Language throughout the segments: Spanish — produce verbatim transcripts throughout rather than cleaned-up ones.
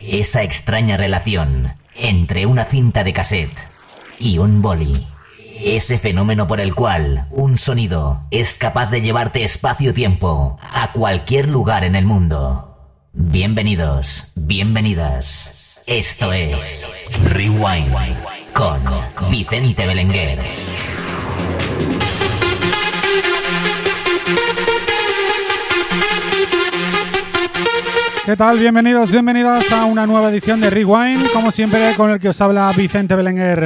Esa extraña relación entre una cinta de cassette y un boli. Ese fenómeno por el cual un sonido es capaz de llevarte espacio-tiempo a cualquier lugar en el mundo. Bienvenidos, bienvenidas. Esto es Rewind con Vicente Belenguer. ¿Qué tal? Bienvenidos, bienvenidas a una nueva edición de Rewind, como siempre con el que os habla Vicente Belenguer.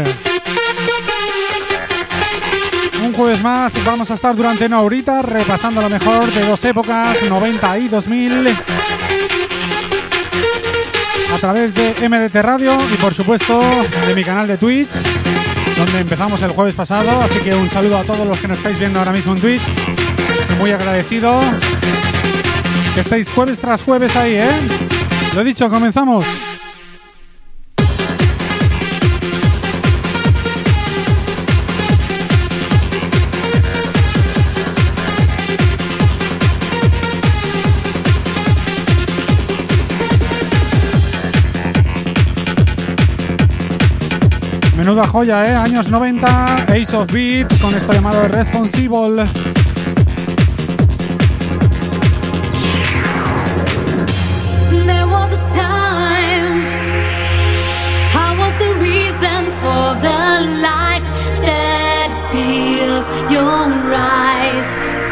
Un jueves más vamos a estar durante una horita repasando lo mejor de dos épocas, noventa y dos mil, a través de M D T Radio y por supuesto de mi canal de Twitch, donde empezamos el jueves pasado, así que un saludo a todos los que nos estáis viendo ahora mismo en Twitch, muy agradecido que estáis jueves tras jueves ahí, ¿eh? Lo dicho, comenzamos. Menuda joya, ¿eh? Años noventa, Ace of Beat, con esto llamado Responsible. There was a time, I was the reason for the light that fills your eyes.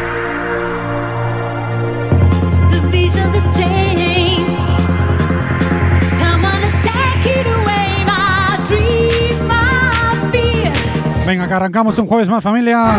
The visions has changed, someone has taken away my dream, my fear. Venga, que arrancamos un jueves más, familia.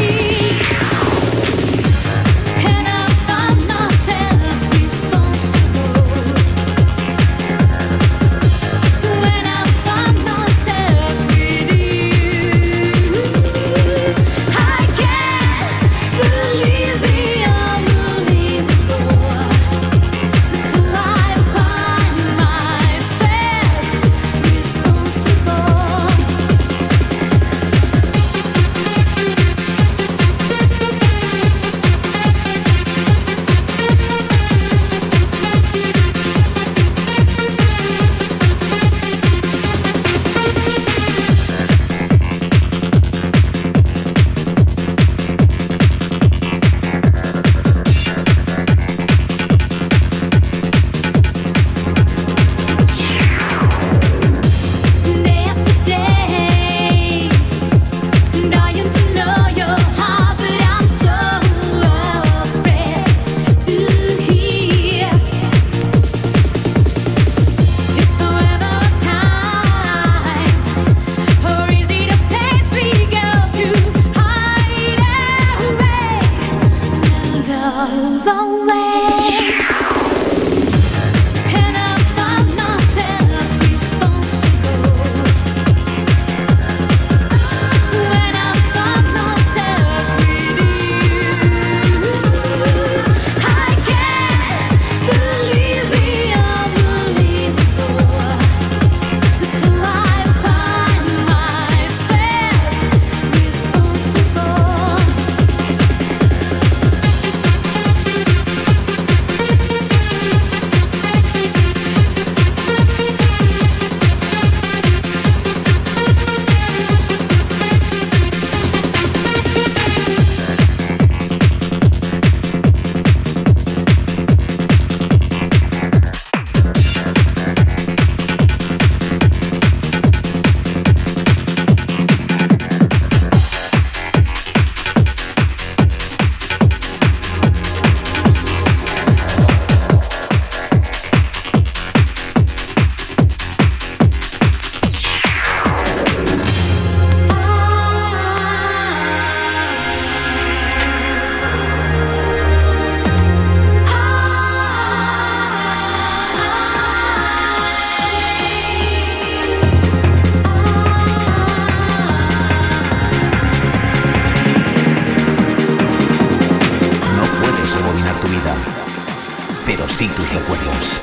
pero sí tus recuerdos.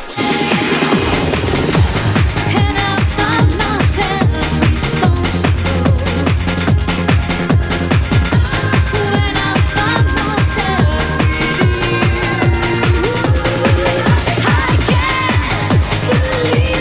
I can't believe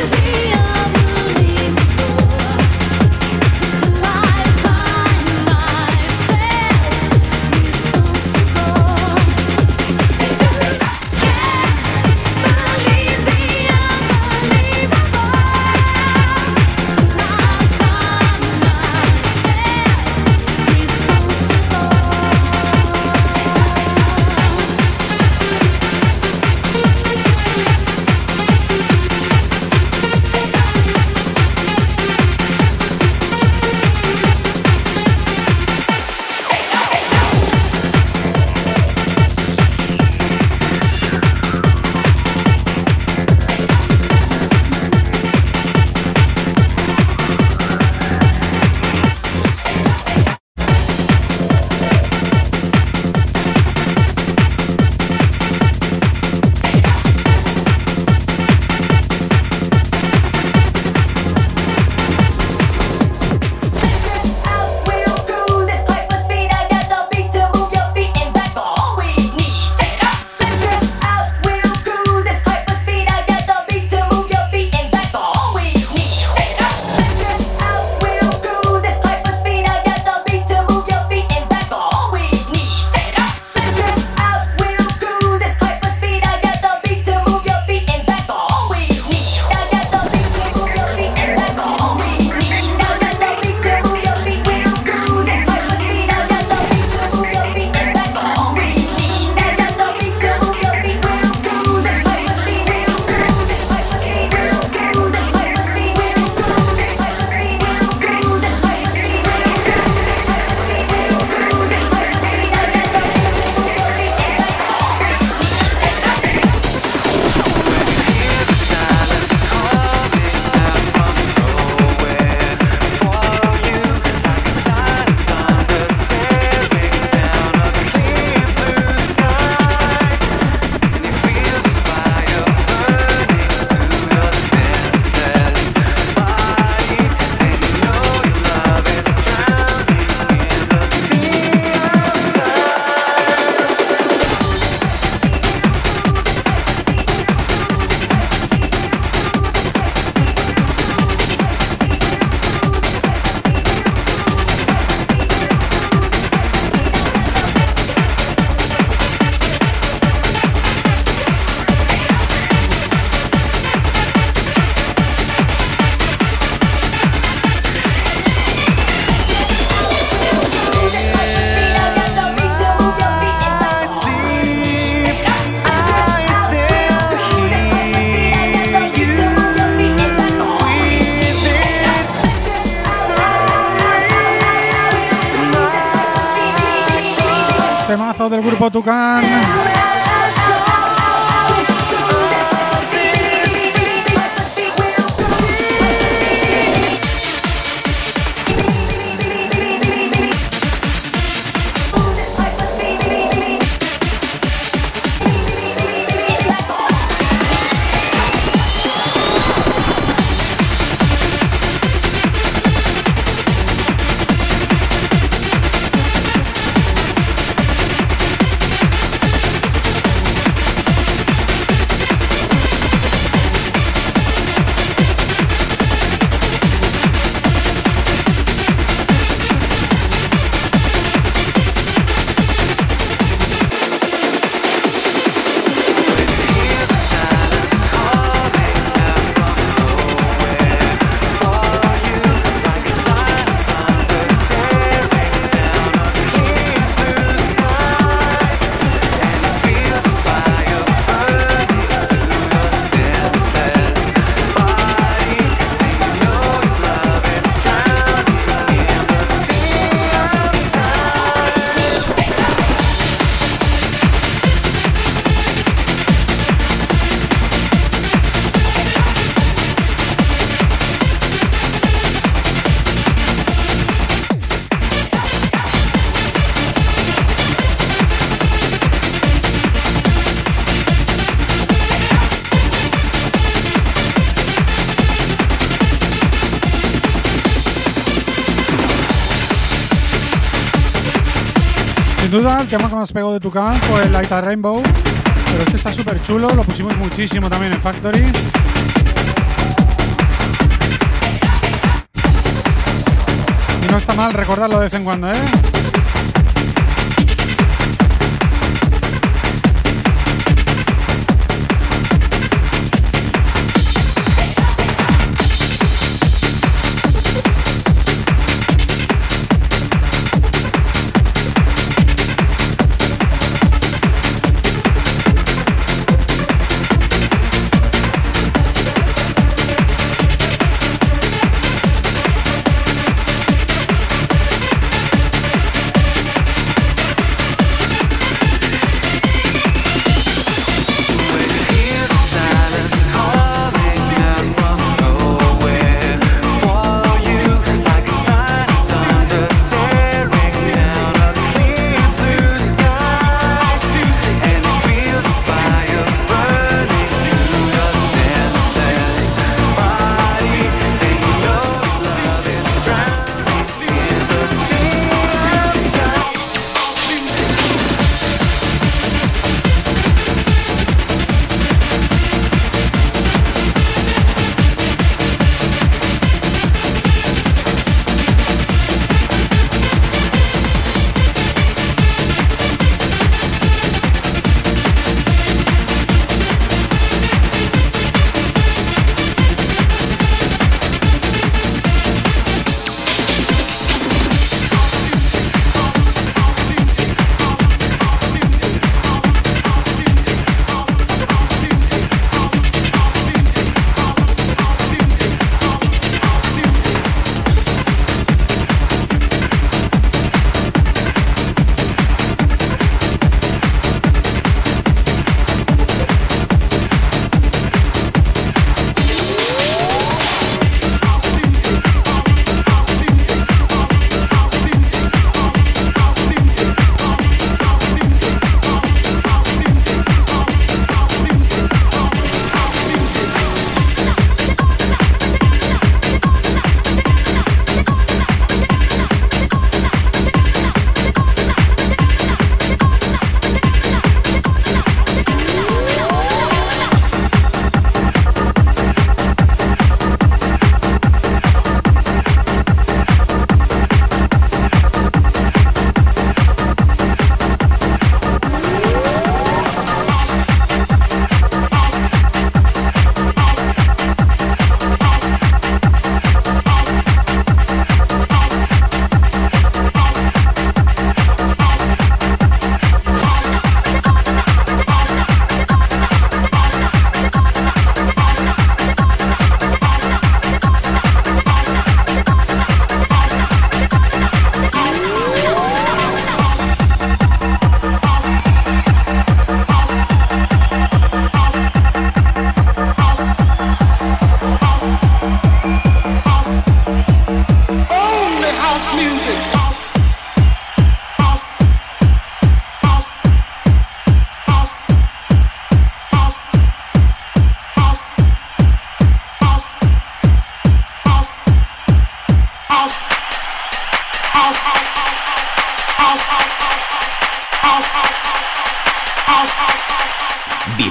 grupo Tucán. Sin duda, el tema que más pegó de Tucán fue el Light a Rainbow, pero este está súper chulo, lo pusimos muchísimo también en Factory. Y no está mal recordarlo de vez en cuando, ¿eh?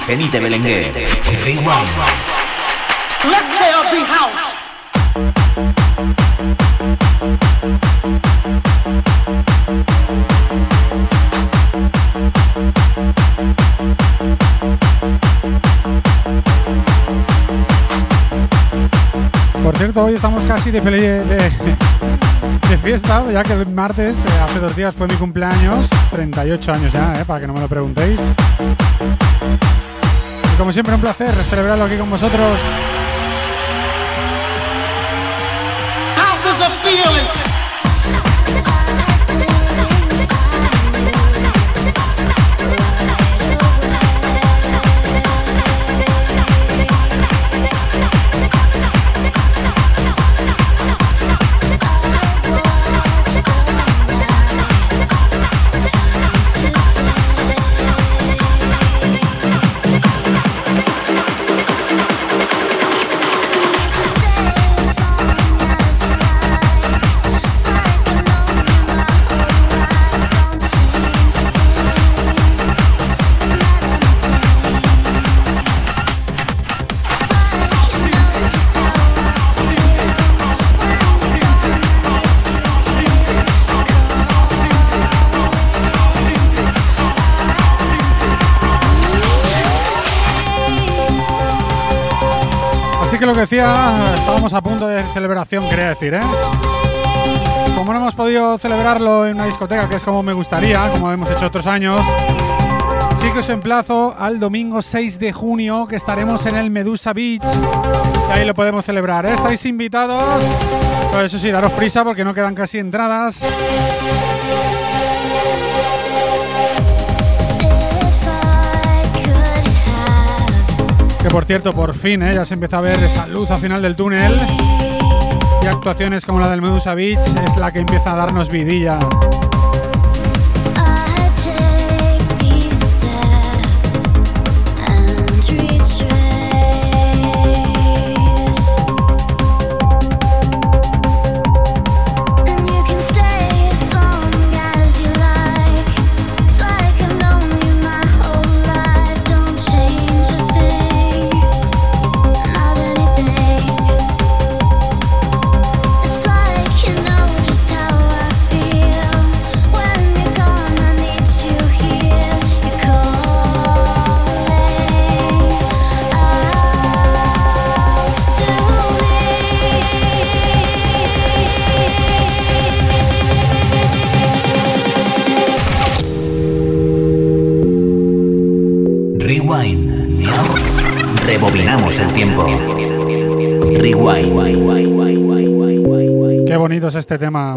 Genite Belenguer. Rewind. Let there be house. Por cierto, hoy estamos casi de, de, de, de fiesta, ya que el martes, eh, hace dos días, fue mi cumpleaños, treinta y ocho años ya, eh, para que no me lo preguntéis. Y como siempre, un placer celebrarlo aquí con vosotros. House is a feeling. Que lo que decía, estábamos a punto de celebración, quería decir, ¿eh? Como no hemos podido celebrarlo en una discoteca, que es como me gustaría, como hemos hecho otros años, sí que os emplazo al domingo seis de junio, que estaremos en el Medusa Beach, y ahí lo podemos celebrar, ¿eh? Estáis invitados, pero eso sí, daros prisa porque no quedan casi entradas. Que por cierto, por fin, ¿eh? Ya se empieza a ver esa luz al final del túnel. Y actuaciones como la del Medusa Beach es la que empieza a darnos vidilla. Rebobinamos el tiempo. Rewind. Qué bonito es este tema.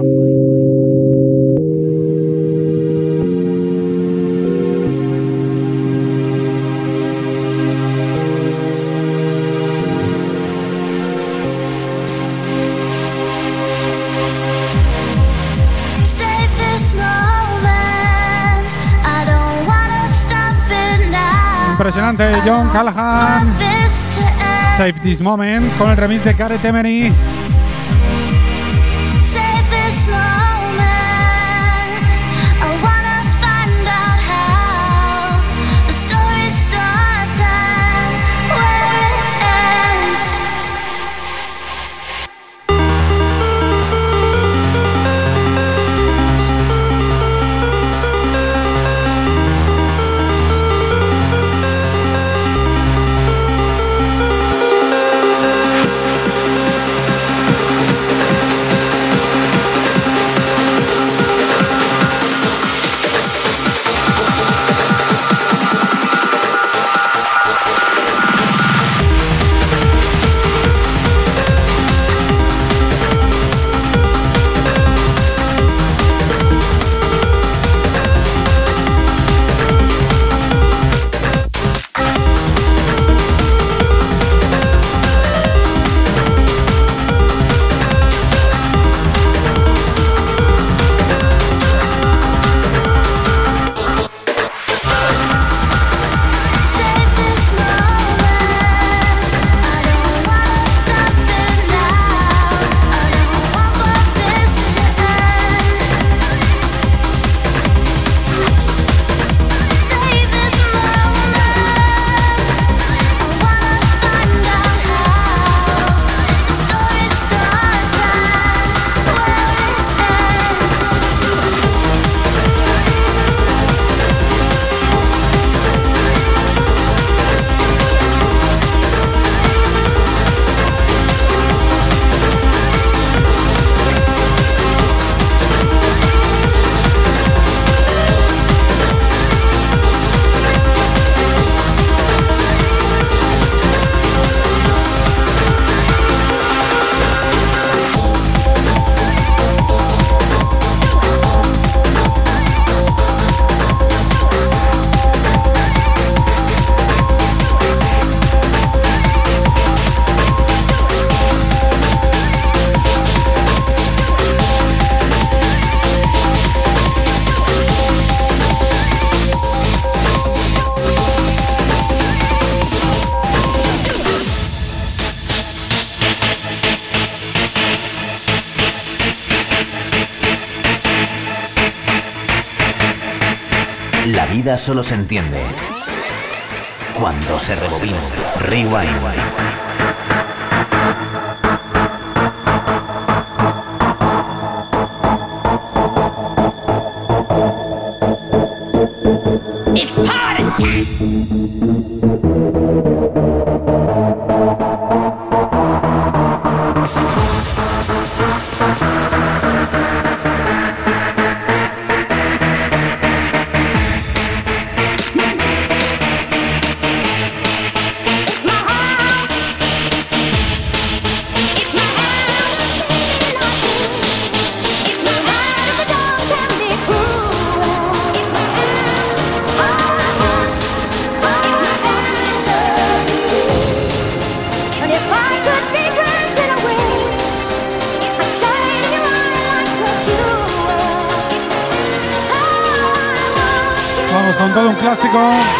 Impresionante, John Callahan, Save This Moment, con el remix de Gareth Emery. vida solo se entiende cuando se rebobina. Rewind. It's party! Con todo un clásico.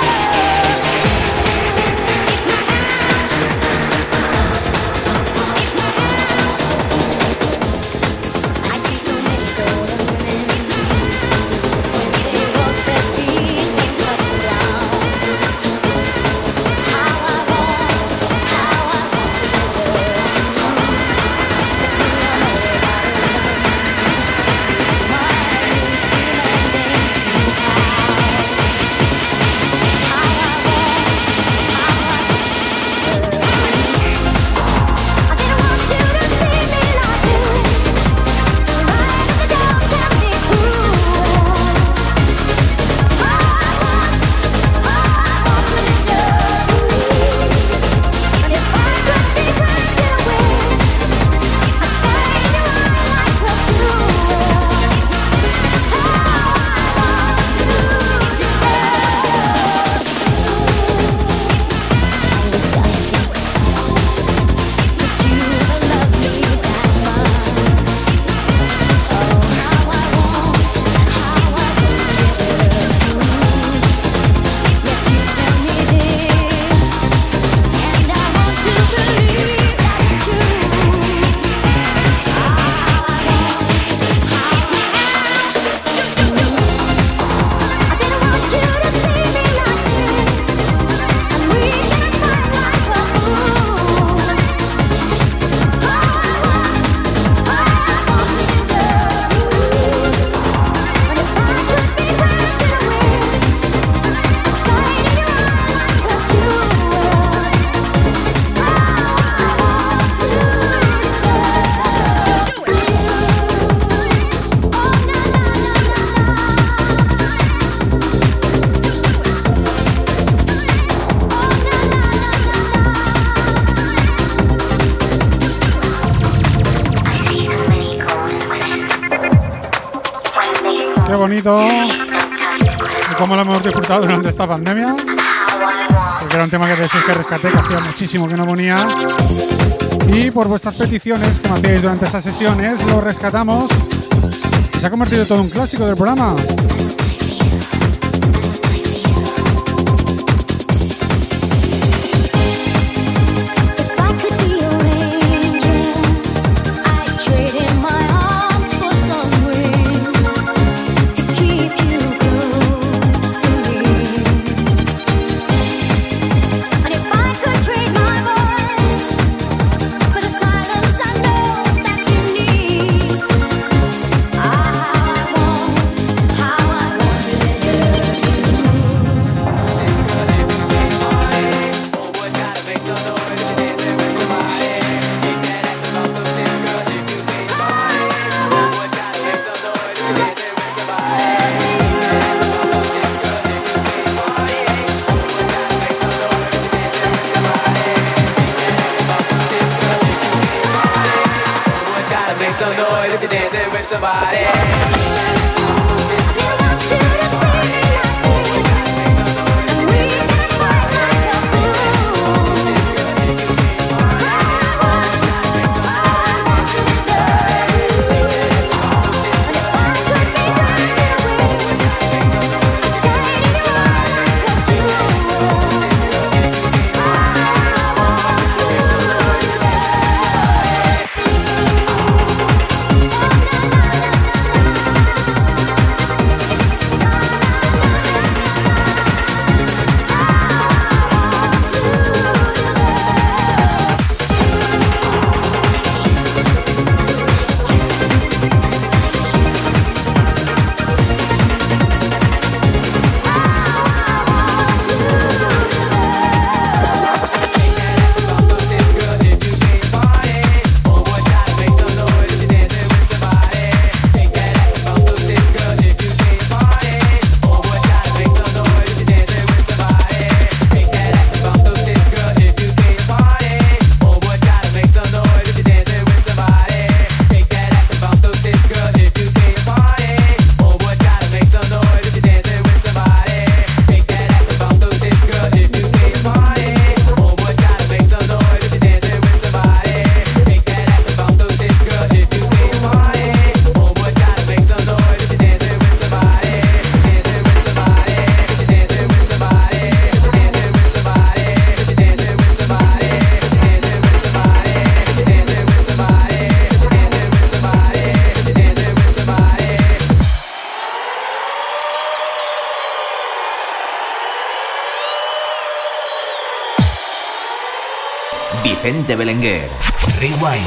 Qué bonito. Y cómo lo hemos disfrutado durante esta pandemia. Porque era un tema que de esos que rescaté, que hacía muchísimo que no ponía. Y por vuestras peticiones que me hacíais durante esas sesiones, lo rescatamos. Se ha convertido en todo un clásico del programa. Vicente Belenguer. Rewind.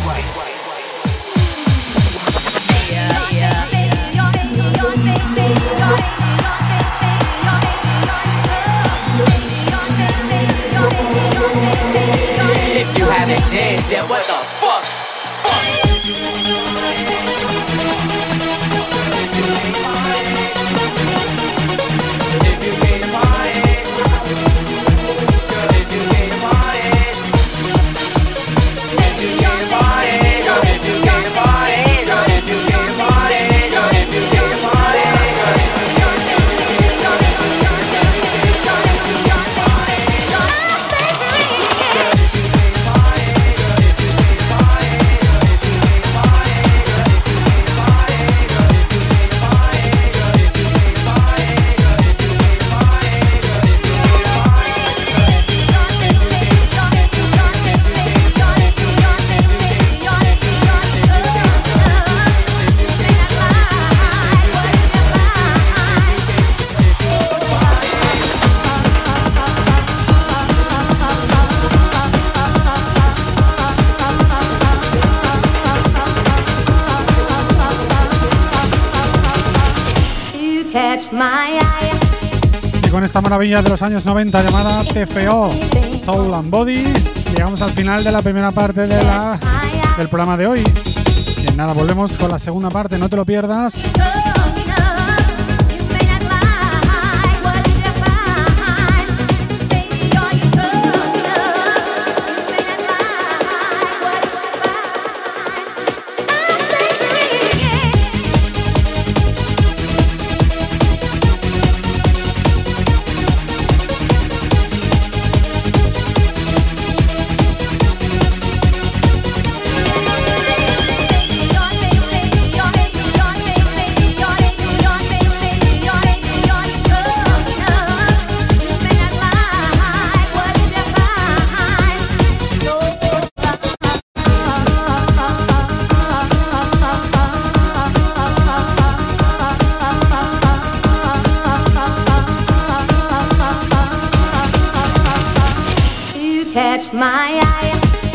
If you haven't danced yet, what the fuck? Y con esta maravilla de los años noventa llamada T F O, Soul and Body, llegamos al final de la primera parte de la, del programa de hoy. Y en nada, volvemos con la segunda parte, no te lo pierdas. My eye.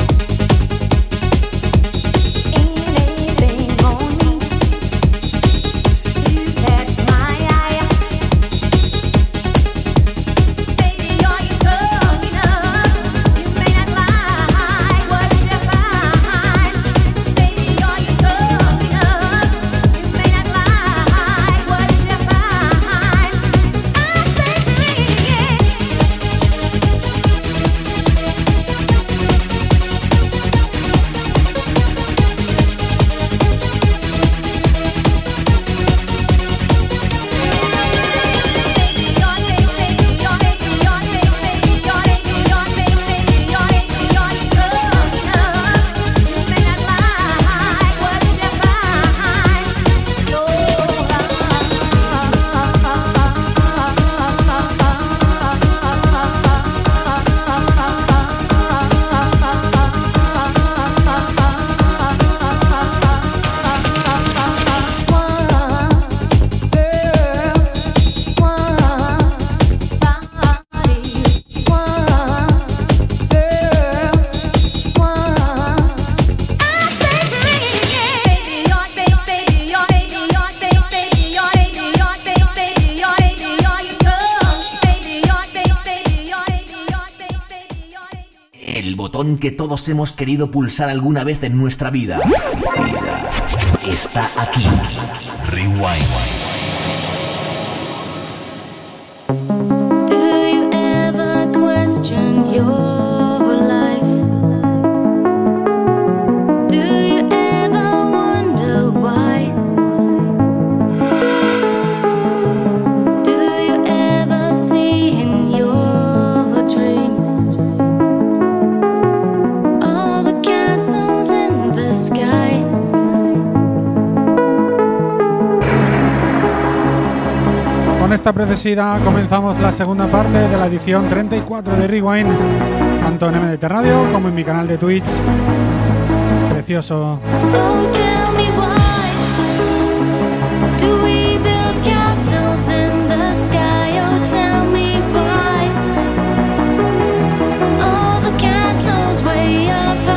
Que todos hemos querido pulsar alguna vez en nuestra vida. Está aquí. Rewind. Do you ever question your life? Do you ever wonder why? Do you ever see in your dreams Con esta preciosidad comenzamos la segunda parte de la edición treinta y cuatro de Rewind, tanto en M D T Radio como en mi canal de Twitch. Precioso. Oh, tell me why do we build castles in the sky? Oh, tell me why all the castles way up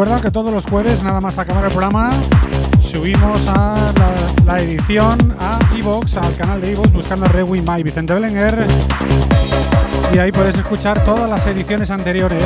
Recuerda que todos los jueves, nada más acabar el programa, subimos a la, la edición a iVoox, al canal de iVoox, buscando Rewind by Vicente Belenguer, y ahí puedes escuchar todas las ediciones anteriores.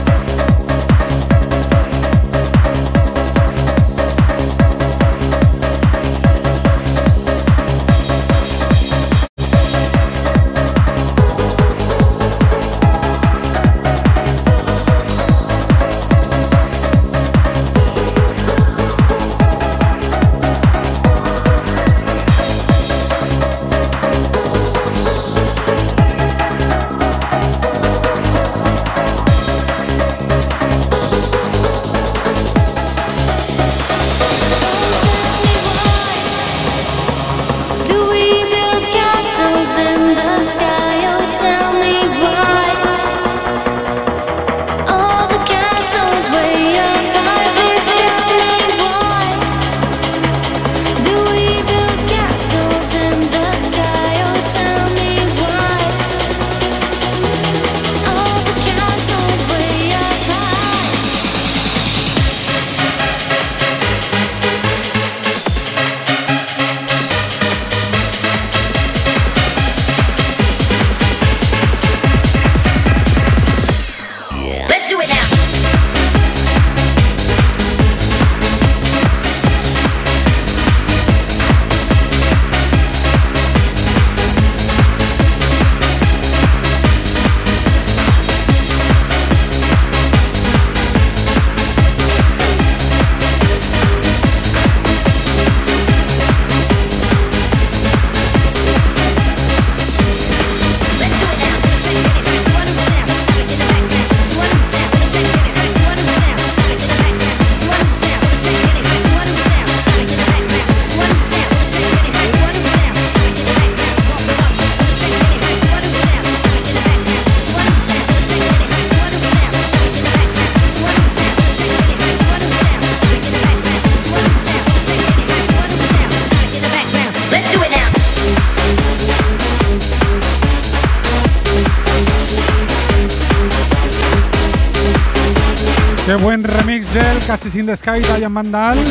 Qué buen remix del Castles in the Sky, Diane Vandal.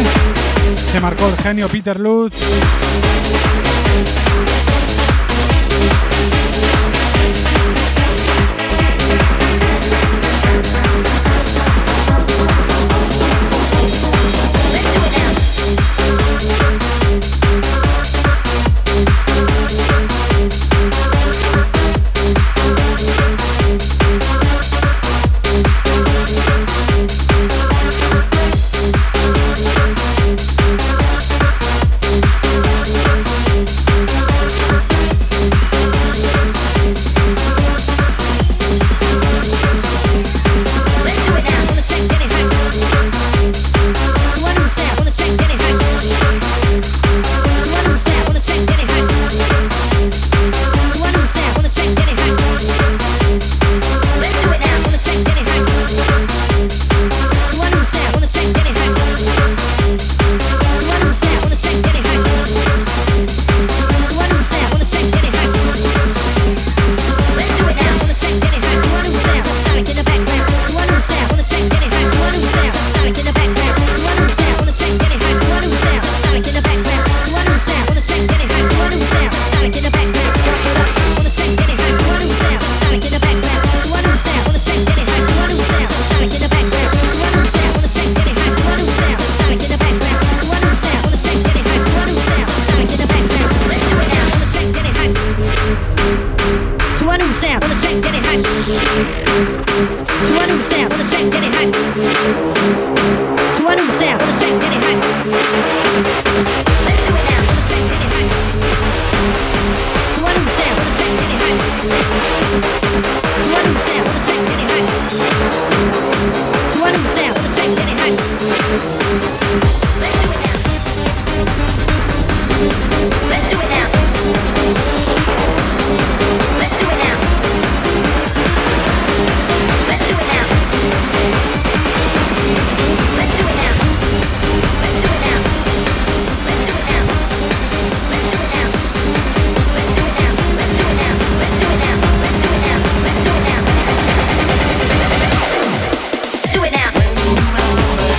Se marcó el genio Peter Lutz. Do it now.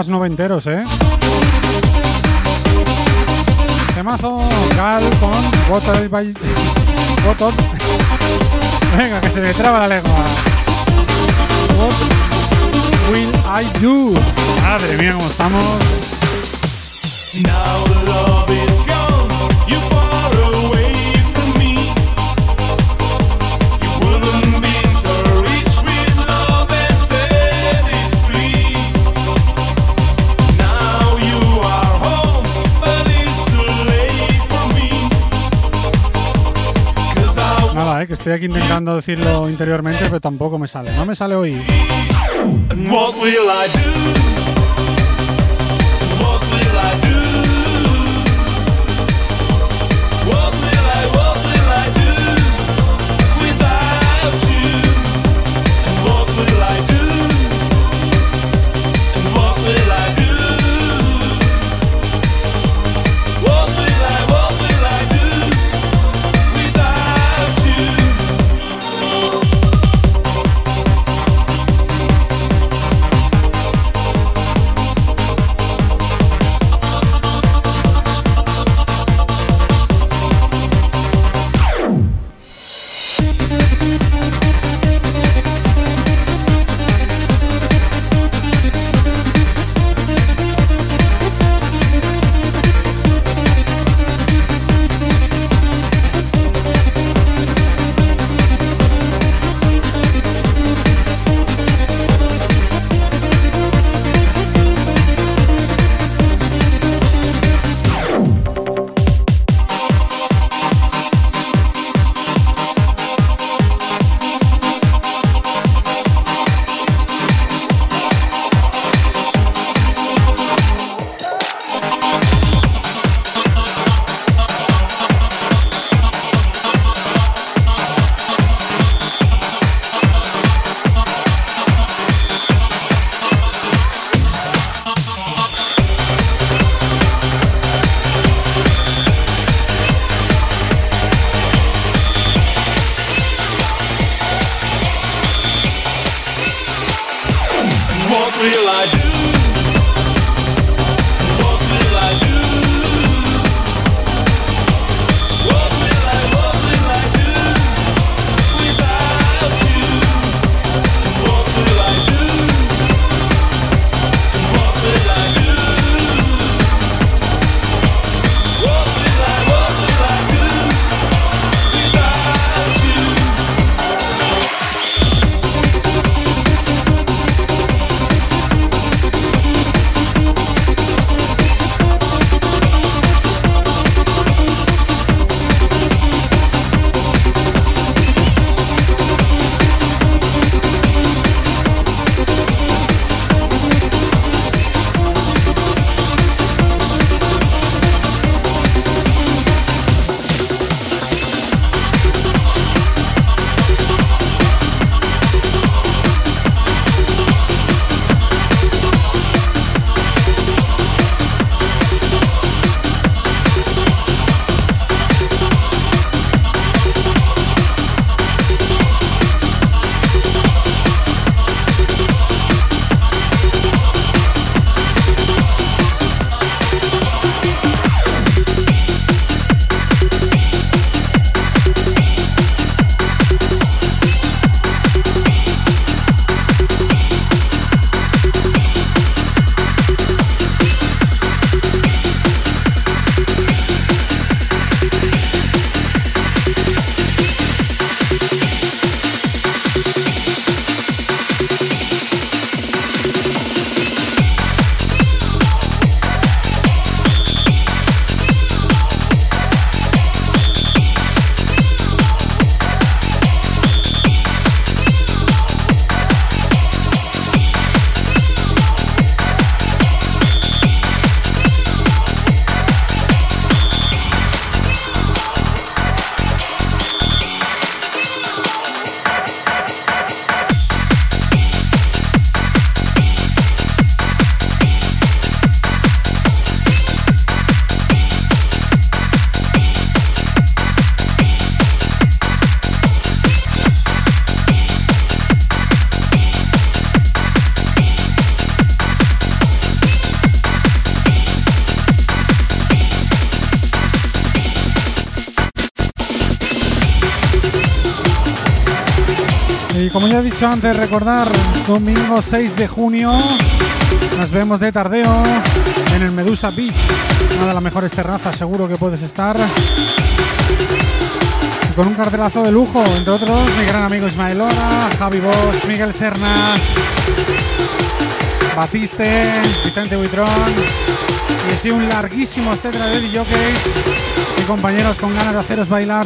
temas noventeros, ¿eh? Temazo Gal con Water by Water. Venga, que se me traba la lengua. What will I do? Madre mía, cómo estamos. Now the love is gone, you're far away from me. You wouldn't be so rich with love and set it free. Now you are home, but it's too late for me. 'Cause I Nada, eh, que estoy aquí intentando decirlo interiormente, pero tampoco me sale. No me sale hoy. And what will I do? What will I do? What will I, what will I do without you? And what will I do? And what will I do? What will I, what will I do without you? como ya he dicho antes, recordar, domingo seis de junio nos vemos de tardeo en el Medusa Beach, una de las mejores terrazas seguro que puedes estar, y con un cartelazo de lujo, entre otros mi gran amigo Ismael Ora, Javi Bosch, Miguel Serna, Batiste, Vicente Buitrón y así un larguísimo etcétera de D Js y compañeros con ganas de haceros bailar.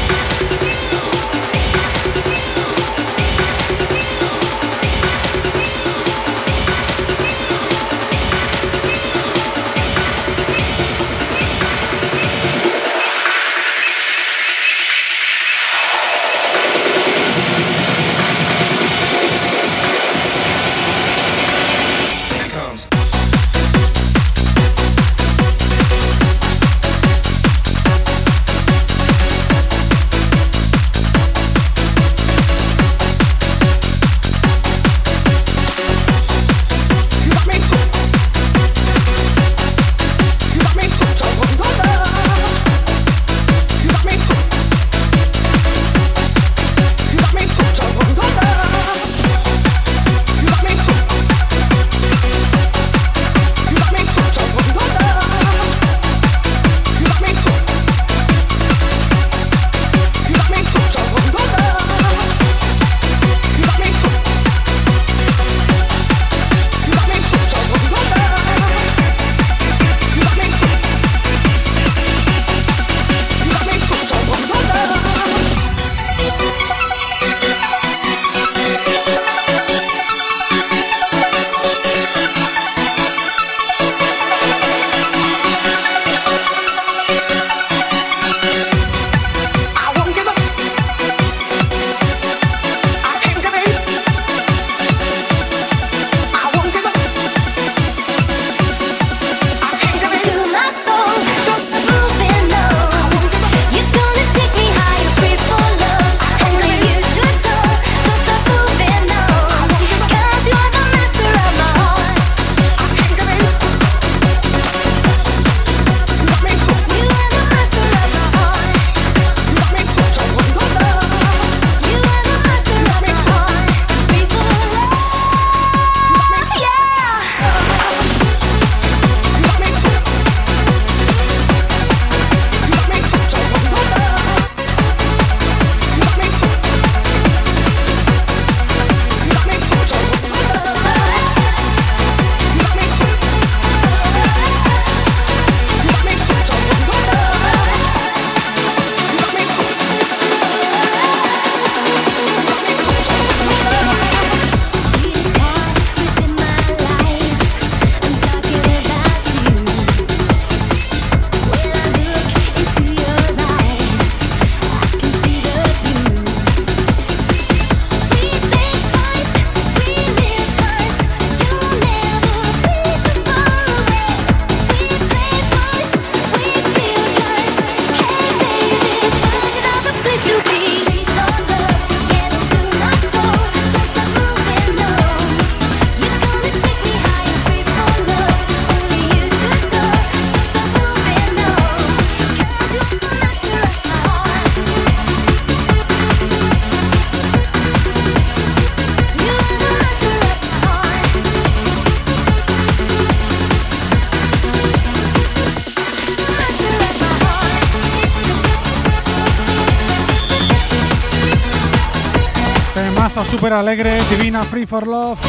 Súper alegre, Divina, Free for Love.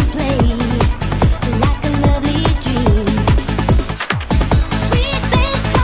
Like a lovely dream.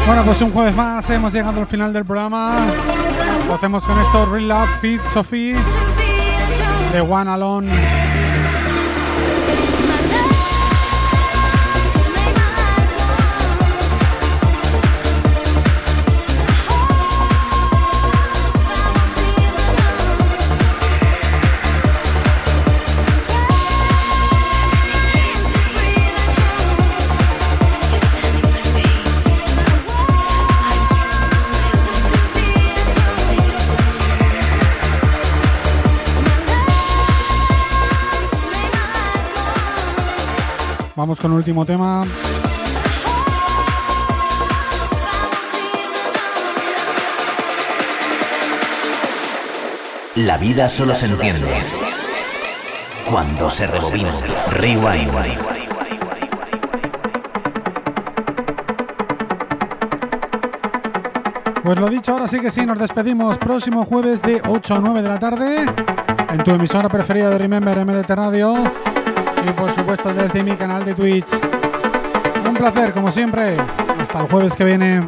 Bueno, pues un jueves más hemos llegado al final del programa. Lo hacemos con esto, Real Love Feed Sophie de One Alone. Vamos con el último tema. La vida solo se entiende cuando se rebobina. Rewind. Pues lo dicho, ahora sí que sí, nos despedimos próximo jueves de ocho a nueve de la tarde en tu emisora preferida de Remember M D T Radio y por supuesto desde mi canal de Twitch. Un placer, como siempre. Hasta el jueves que viene.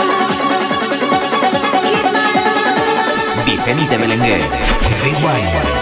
Vicente Belenguer. Rewind.